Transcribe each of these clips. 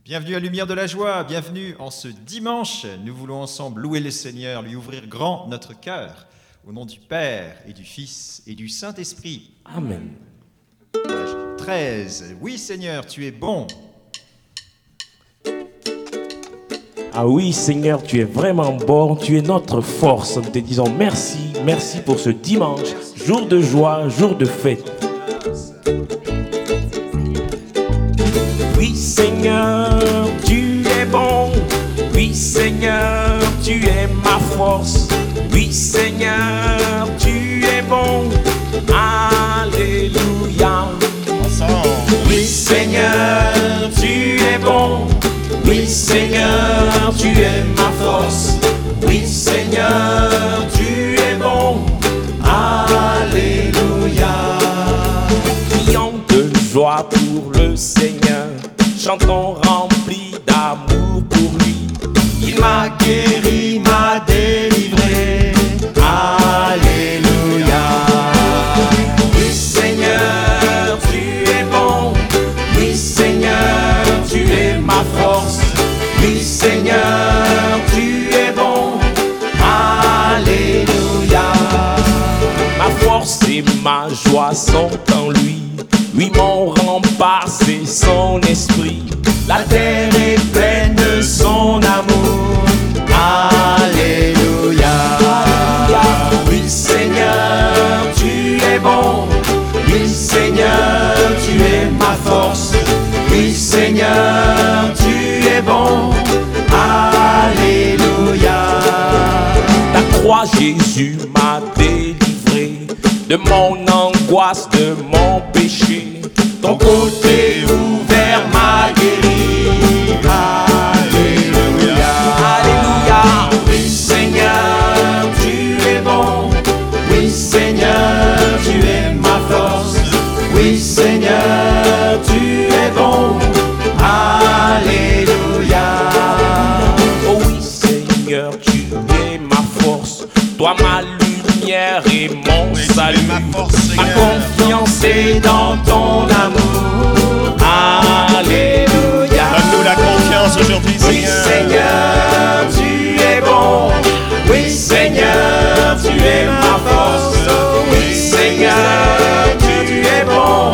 Bienvenue à Lumière de la Joie, bienvenue en ce dimanche. Nous voulons ensemble louer le Seigneur, lui ouvrir grand notre cœur. Au nom du Père et du Fils et du Saint-Esprit. Amen. Page 13. Oui Seigneur, tu es bon. Ah oui Seigneur, tu es vraiment bon, tu es notre force. Nous te disons merci, merci pour ce dimanche, jour de joie, jour de fête. Oui Seigneur, tu es bon. Oui Seigneur, tu es ma force. Oui Seigneur, tu es bon. Alléluia. Oui Seigneur, tu es bon. Oui Seigneur, tu es ma force. Oui Seigneur, tu es bon. Alléluia. Crions de joie pour le Seigneur. Chantons remplis d'amour pour lui. Il m'a guéri, m'a délivré. Alléluia. Oui Seigneur, tu es bon. Oui Seigneur, tu es ma force. Oui Seigneur, tu es bon. Alléluia. Ma force et ma joie sont en lui. Oui, mon rempart, c'est son esprit. La terre est pleine de son amour. Alléluia. Oui, Seigneur, tu es bon. Oui, Seigneur, tu es ma force. Oui, Seigneur, tu es bon. Alléluia. Ta croix, Jésus, m'a délivré de mon angoisse, de mon péché. Ton côté ouvert m'a guéri. Alléluia. Alléluia. Oui Seigneur, tu es bon. Oui Seigneur, tu es ma force. Oui Seigneur, tu es bon. Alléluia. Oh oui Seigneur, tu es ma force. Toi ma lumière et mon salut. Ma confiance est dans ton amour. Alléluia. Donne-nous la confiance aujourd'hui, Oui Seigneur. Seigneur, tu es bon. Oui Seigneur, tu es ma force. Oui Seigneur, tu es bon.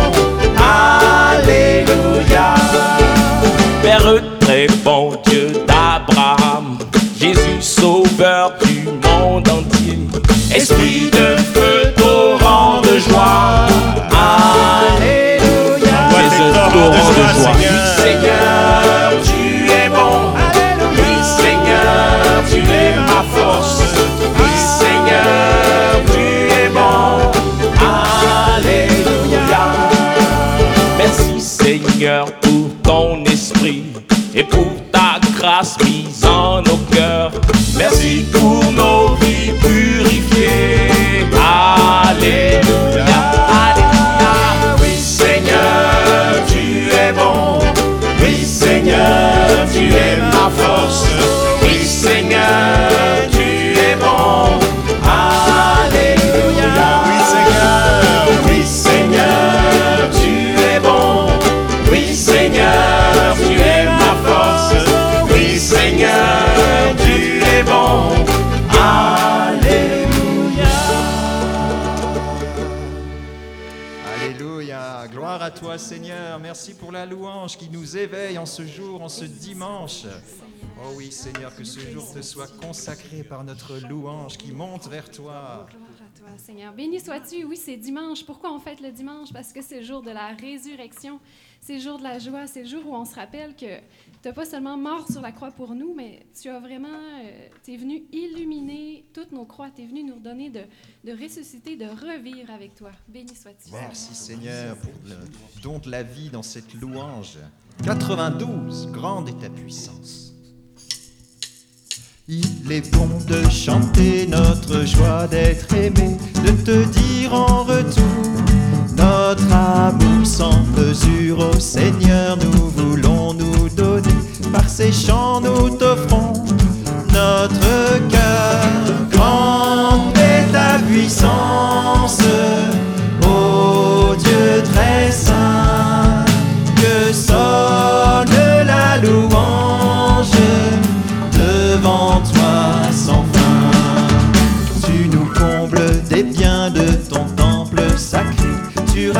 Alléluia. Père très bon Dieu d'Abraham, Jésus sauveur du monde entier. Esprit de feu, torrent de joie. Alléluia. Jésus, torrent de joie. Oui, Seigneur, tu es bon. Oui, Seigneur, tu es ma force. Oui, Seigneur, tu es bon. Alléluia. Merci, Seigneur, pour ton esprit et pour ta grâce mise en nos cœurs. Merci pour nos vies purifiées. Alléluia. Alléluia. Oui Seigneur, tu es bon. Oui Seigneur, tu es ma force. Oui Seigneur, tu es bon. Alléluia. Oui Seigneur. Oui Seigneur, tu es bon. Oui Seigneur, tu es ma force. Oui Seigneur, tu es bon. Alléluia. Alléluia. Gloire à toi Seigneur. Merci pour la louange qui nous éveille en ce jour, en ce dimanche. Oh oui Seigneur, que ce jour te soit consacré par notre louange qui monte vers toi. Gloire à toi, Seigneur. Béni sois-tu. Oui, c'est dimanche. Pourquoi on fête le dimanche? Parce que c'est le jour de la résurrection. C'est le jour de la joie. C'est le jour où on se rappelle que tu n'as pas seulement mort sur la croix pour nous, mais tu as vraiment... tu es venu illuminer toutes nos croix. Tu es venu nous redonner de ressusciter, de revivre avec toi. Béni sois-tu. Merci Seigneur pour le don de la vie dans cette louange. 92, grande est ta puissance. Il est bon de chanter notre joie d'être aimé, de te dire en retour notre amour sans mesure au Seigneur. Nous voulons nous donner, par ces chants nous t'offrons notre cœur. Grande est ta puissance, ô Dieu très saint, que sonne la louange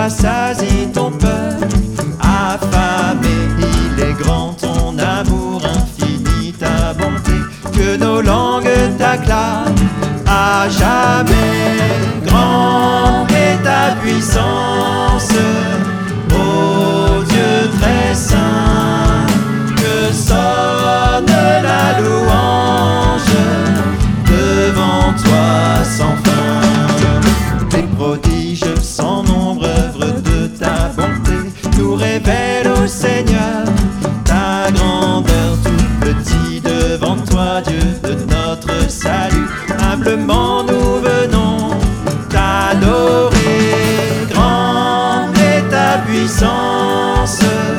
rassasie ton peuple affamé. Il est grand ton amour infini, ta bonté, que nos langues t'acclament à jamais. Grande est ta puissance, ô Dieu très saint, que sonne la louange devant toi sans fin. Tes prodiges sans nombre, œuvre de ta bonté, nous révèlent au Seigneur ta grandeur. Tout petit devant toi, Dieu de notre salut, humblement nous venons t'adorer. Grande est ta puissance,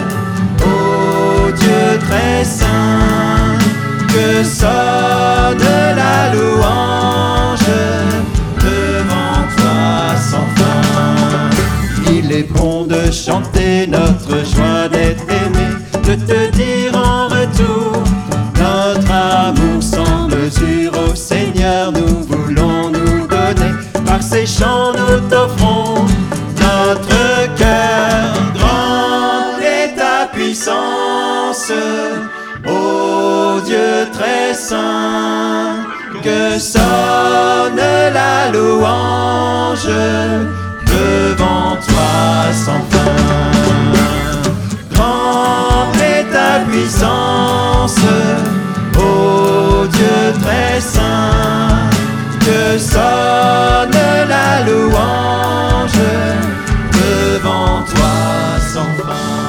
ô Dieu très saint, que sonne la louange devant toi sans fin. Il est bon de chanter notre joie d'être aimé, de te dire en retour notre amour sans mesure. Au Seigneur nous voulons nous donner, par ces chants nous t'offrons notre cœur. Grande est ta puissance, ô Dieu très saint, que sonne la louange devant toi sans fin. Grande est ta puissance, ô Dieu très saint, que sonne la louange devant toi sans fin.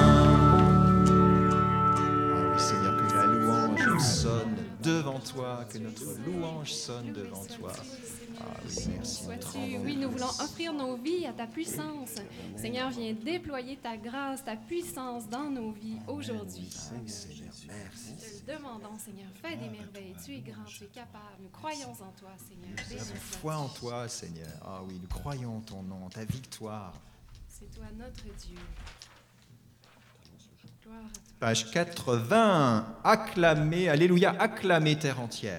Ah oui Seigneur, que la louange sonne devant toi, que notre louange sonne devant toi. Ah oui, merci. Oui, nous voulons offrir nos vies à ta puissance. Seigneur, viens déployer ta grâce, ta puissance dans nos vies aujourd'hui. Seigneur, merci. Nous te le demandons, Seigneur, fais des merveilles. Tu es grand, tu es capable. Nous croyons en toi, Seigneur. Nous avons foi en toi, Seigneur. Ah oui, nous croyons en ton nom, ta victoire. C'est toi notre Dieu. Gloire à toi. Page 80. Acclamez, alléluia, acclamez terre entière.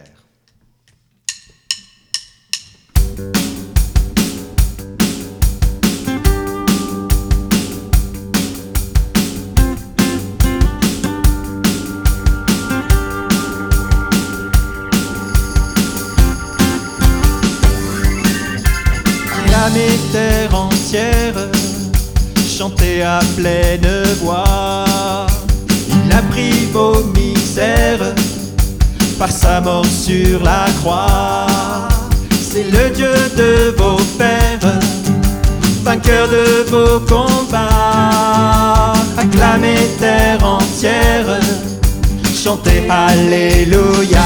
Acclamez terre entière, chantez à pleine voix. Il a pris vos misères par sa mort sur la croix. C'est le Dieu de vos pères, vainqueur de vos combats. Acclamez terre entière, chantez Alléluia.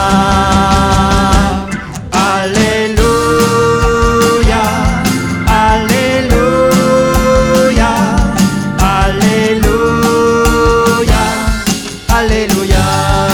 Alléluia, Alléluia, Alléluia, Alléluia.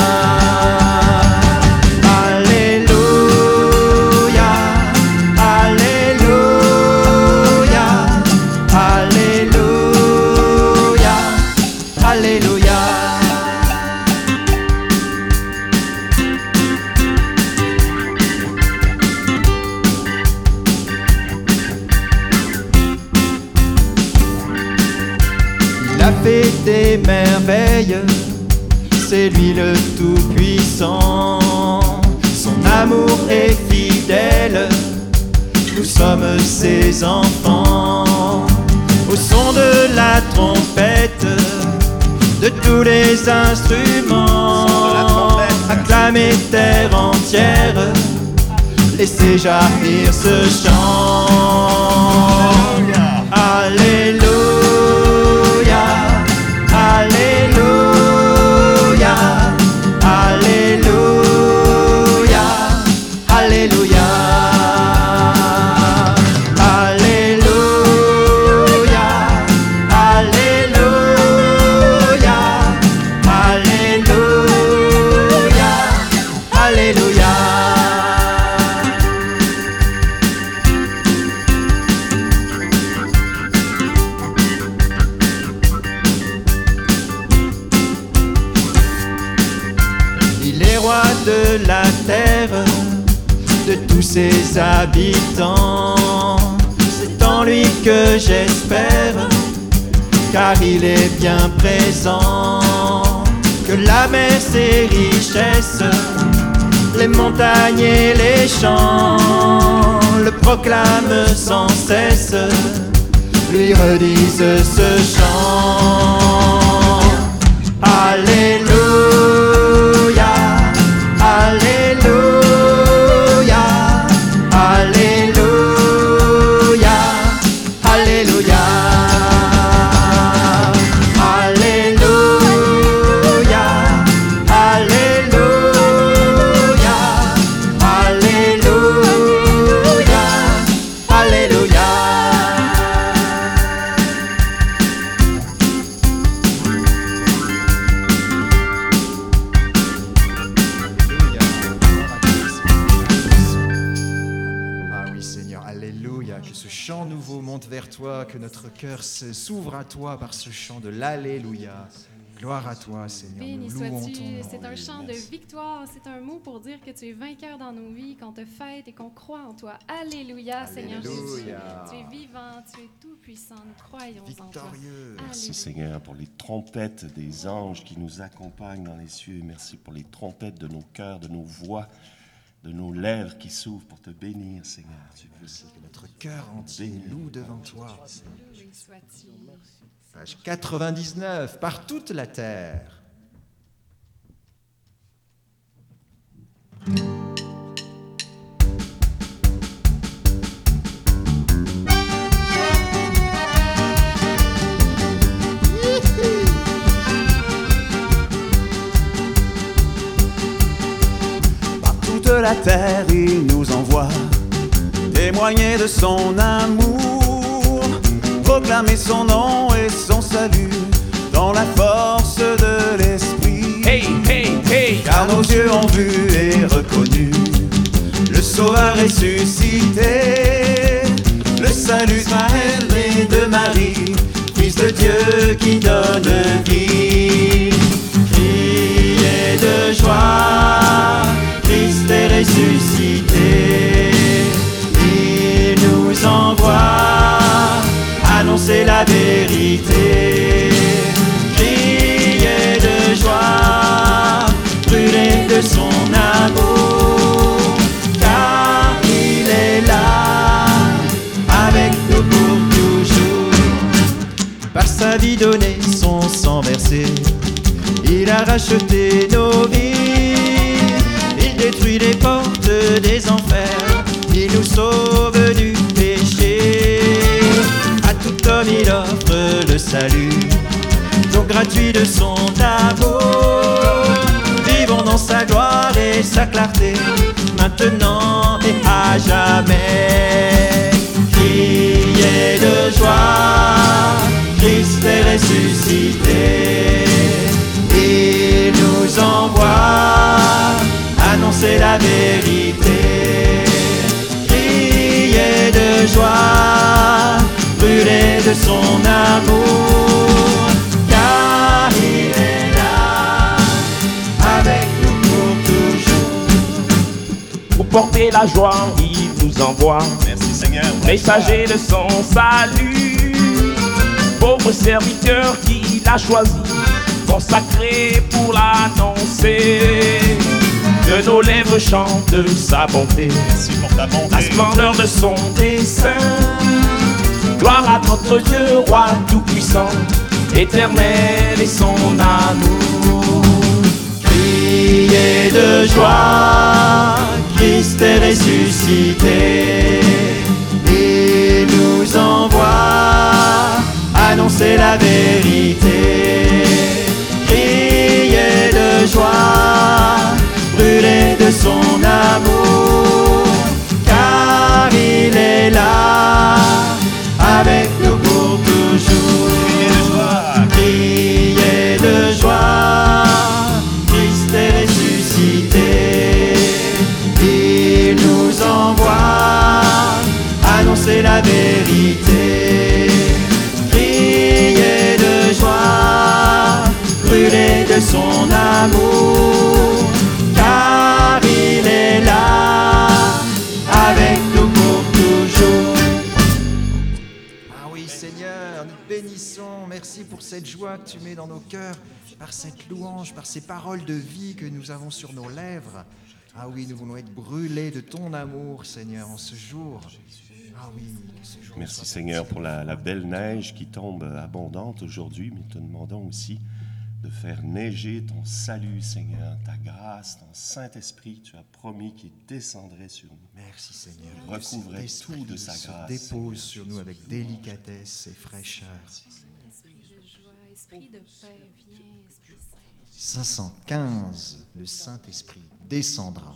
Des merveilles, c'est lui le Tout-Puissant. Son amour est fidèle, nous sommes ses enfants. Au son de la trompette, de tous les instruments, acclamez terre entière, laissez jaillir ce chant. Alléluia. Alléluia, Alléluia, Alléluia, Alléluia, Alléluia, Alléluia, Alléluia. De la terre, de tous ses habitants, c'est en en lui que j'espère, car il est bien présent. Que la mer, ses richesses, les montagnes et les champs le proclament sans cesse, lui redisent ce chant. Alléluia, Alléluia, Alléluia, Alléluia. Vers toi, que notre cœur s'ouvre à toi par ce chant de l'Alléluia. Gloire à toi, Seigneur. Béni Nous louons sois-tu. ton nom. C'est un chant de Merci. victoire. C'est un mot pour dire que tu es vainqueur dans nos vies, qu'on te fête et qu'on croit en toi. Alléluia, Seigneur Jésus. Alléluia. Tu es vivant, tu es tout-puissant. Nous croyons en toi. Victorieux. Merci Seigneur pour les trompettes des anges qui nous accompagnent dans les cieux. Merci pour les trompettes de nos cœurs, de nos voix, de nos lèvres qui s'ouvrent pour te bénir, Seigneur. Tu veux Que notre cœur entier loue devant toi. Loué sois-tu. Page 99, par toute la terre. Par toute la terre, il nous envoie témoigner de son amour, proclamer son nom et son salut dans la force de l'esprit. Hey, hey, hey. Car nos yeux ont vu et reconnu le Sauveur ressuscité, le salut d'Israël et de Marie, Fils de Dieu qui donne vie. Criez de joie, Christ est ressuscité. Il nous envoie annoncer la vérité. Criez de joie, brûlez de son amour, car il est là, avec nous pour toujours. Par sa vie donnée, son sang versé, il a racheté nos vies. Il détruit les portes des enfers, il nous sauve du péché. À tout homme il offre le salut, don gratuit de son amour. Vivons dans sa gloire et sa clarté, maintenant et à jamais. Criez de joie, Christ est ressuscité. Il nous envoie annoncer la vérité. Criez de joie, brûlez de son amour, car il est là, avec nous pour toujours. Pour porter la joie, il nous envoie. Merci Seigneur. Messager de son salut, pauvre serviteur qu'il a choisi, consacré pour l'annoncer. De nos lèvres chante sa bonté, Merci pour ta bonté. la splendeur de son dessein. Gloire à notre Dieu, roi tout-puissant, éternel et son amour. Criez de joie, Christ est ressuscité. Il nous envoie annoncer la vérité. Criez de joie, brûlez de son amour, car il est là, avec nous pour toujours. Criez de joie, Christ est ressuscité. Il nous envoie annoncer la vérité. Criez de joie, brûlez de son amour, car il est là, avec nous pour toujours. cette joie que tu mets dans nos cœurs, par cette louange, par ces paroles de vie que nous avons sur nos lèvres. Ah oui, nous voulons être brûlés de ton amour, Seigneur, en ce jour. Ah oui, ce jour. Merci Seigneur pour la belle neige qui tombe abondante aujourd'hui, mais te demandons aussi de faire neiger ton salut, Seigneur, ta grâce, ton Saint-Esprit, tu as promis qu'il descendrait sur nous. Merci Seigneur. Il recouvrait tout de sa se grâce. dépose sur nous avec délicatesse et fraîcheur. Esprit de joie, esprit de paix, viens, Esprit Saint. 515, le Saint-Esprit descendra.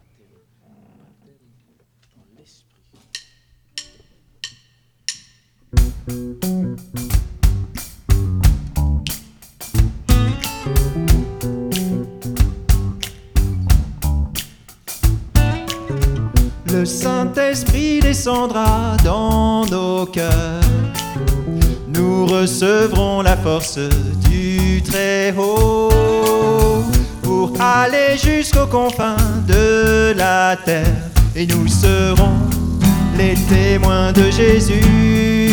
Le Saint-Esprit descendra dans nos cœurs. Nous recevrons la force du Très-Haut pour aller jusqu'aux confins de la terre. Et nous serons les témoins de Jésus.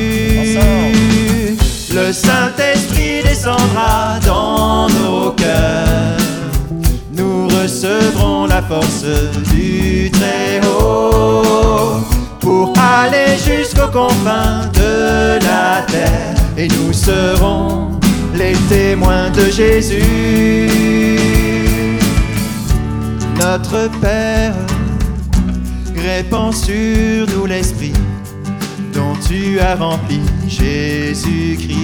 Le Saint-Esprit descendra dans nos cœurs. Nous recevrons la force du Très-Haut pour aller jusqu'aux confins de la terre. Et nous serons les témoins de Jésus. Notre Père, répands sur nous l'Esprit dont tu as rempli Jésus-Christ.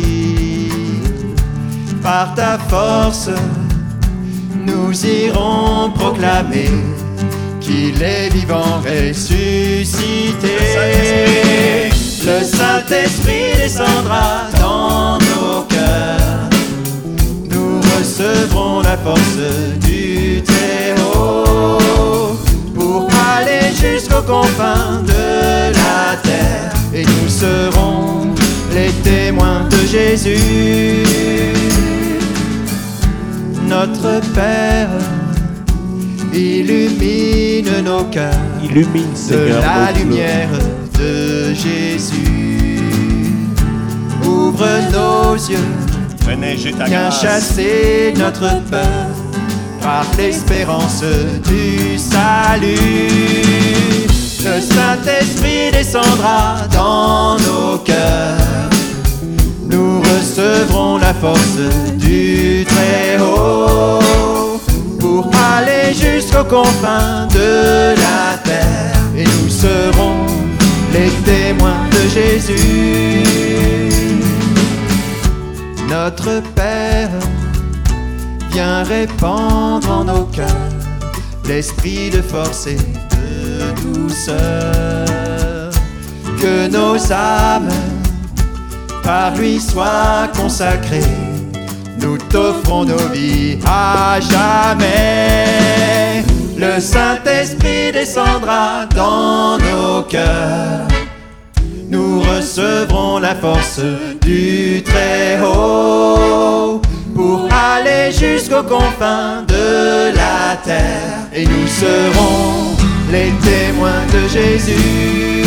Par ta force, nous irons proclamer qu'il est vivant ressuscité. Le Saint-Esprit descendra dans nos cœurs. Nous recevrons la force du Très-Haut pour aller jusqu'aux confins de la terre. Et nous serons les témoins de Jésus. Notre Père, illumine nos cœurs. Illumine, Seigneur, de la nos cœurs. lumière de Jésus. Ouvre nos yeux, Fais neiger ta viens grâce. chasser notre peur par l'espérance du salut. Le Saint-Esprit descendra dans nos cœurs. Nous recevrons la force du Très-Haut pour aller jusqu'aux confins de la terre. Et nous serons les témoins de Jésus. Notre Père, viens répandre en nos cœurs l'esprit de force et de douceur. Que nos âmes par lui soient consacrées. Nous t'offrons nos vies à jamais. Le Saint-Esprit descendra dans nos cœurs. Nous recevrons la force du Très-Haut pour aller jusqu'aux confins de la terre. Et nous serons les témoins de Jésus.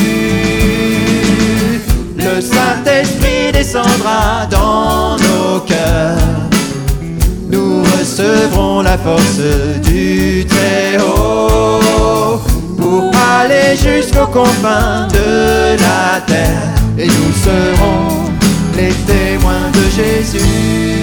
Le Saint-Esprit descendra dans nos cœurs. Nous recevrons la force du Très-Haut pour aller jusqu'aux confins de la terre. Et nous serons les témoins de Jésus.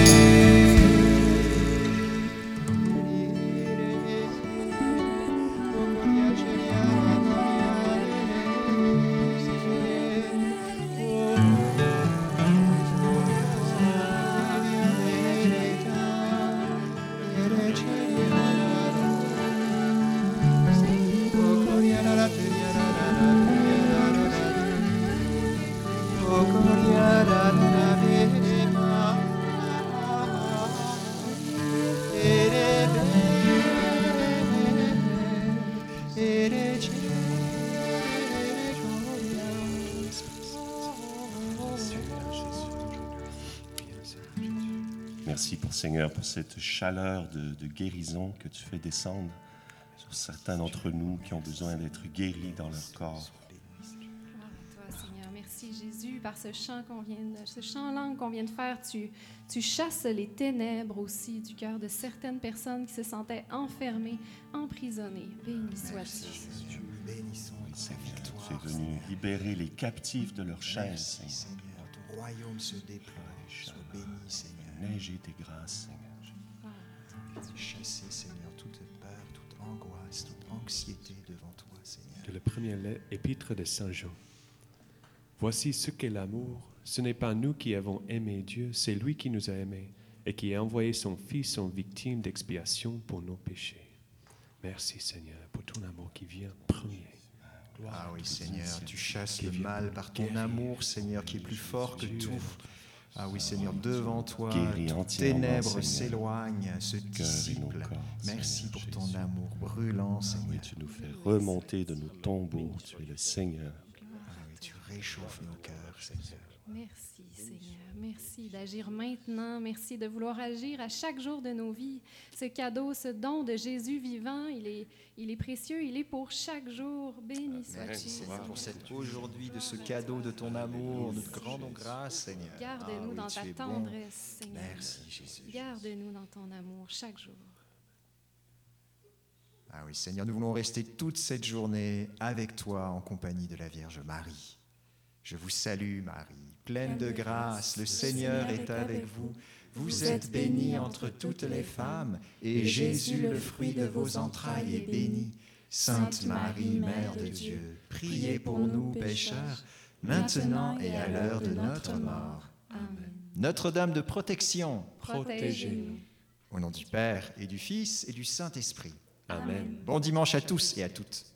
Merci pour Seigneur, pour cette chaleur de guérison que tu fais descendre sur certains d'entre nous qui ont besoin d'être guéris dans leur corps. Gloire à toi, Seigneur. Merci Merci Jésus, par ce chant langue qu'on vient de faire, tu chasses les ténèbres aussi du cœur de certaines personnes qui se sentaient enfermées, emprisonnées. Béni sois-tu. Bénissons ta victoire. Tu es venu libérer les captifs de leur chaîne, Merci Seigneur. Seigneur, ton royaume se déploie. Sois béni Seigneur. Neiger tes grâces, Seigneur. Chasser Seigneur toute peur, toute angoisse, toute anxiété devant toi Seigneur. De la première épître de Saint Jean. Voici ce qu'est l'amour. Ce n'est pas nous qui avons aimé Dieu, c'est lui qui nous a aimés et qui a envoyé son Fils en victime d'expiation pour nos péchés. Merci Seigneur pour ton amour qui vient premier. Ah oui Seigneur, tu chasses le mal par ton amour Seigneur qui est plus fort que tout. Ah oui Seigneur, devant toi, Guéris toutes entièrement, ténèbres Seigneur, s'éloignent, se cœur et nos dissipent. corps, Merci Seigneur pour ton Jésus. amour brûlant Ah oui, Seigneur. tu nous fais remonter de nos tombeaux. Tu es le Seigneur. Ah oui, tu réchauffes nos cœurs Seigneur. Merci Seigneur, merci d'agir maintenant, merci de vouloir agir à chaque jour de nos vies. Ce cadeau, ce don de Jésus vivant, il est précieux, il est pour chaque jour. Béni sois-tu. Merci Seigneur pour cet aujourd'hui de ce cadeau de ton amour. Nous te rendons grâce Seigneur. Garde-nous Ah oui, dans tu ta es bon. tendresse, Seigneur. Merci Jésus. Garde-nous dans ton amour chaque jour. Ah oui Seigneur, nous voulons rester toute cette journée avec toi en compagnie de la Vierge Marie. Je vous salue Marie, pleine de grâce, le Seigneur est avec vous. Vous êtes bénie entre toutes les femmes, et Jésus, le fruit de vos entrailles, est béni. Sainte Marie, Mère de Dieu, priez pour nous pécheurs, maintenant et à l'heure de notre mort. Amen. Notre-Dame de protection, Protégez-nous. au nom du Père et du Fils et du Saint-Esprit. Amen. Bon dimanche à tous et à toutes.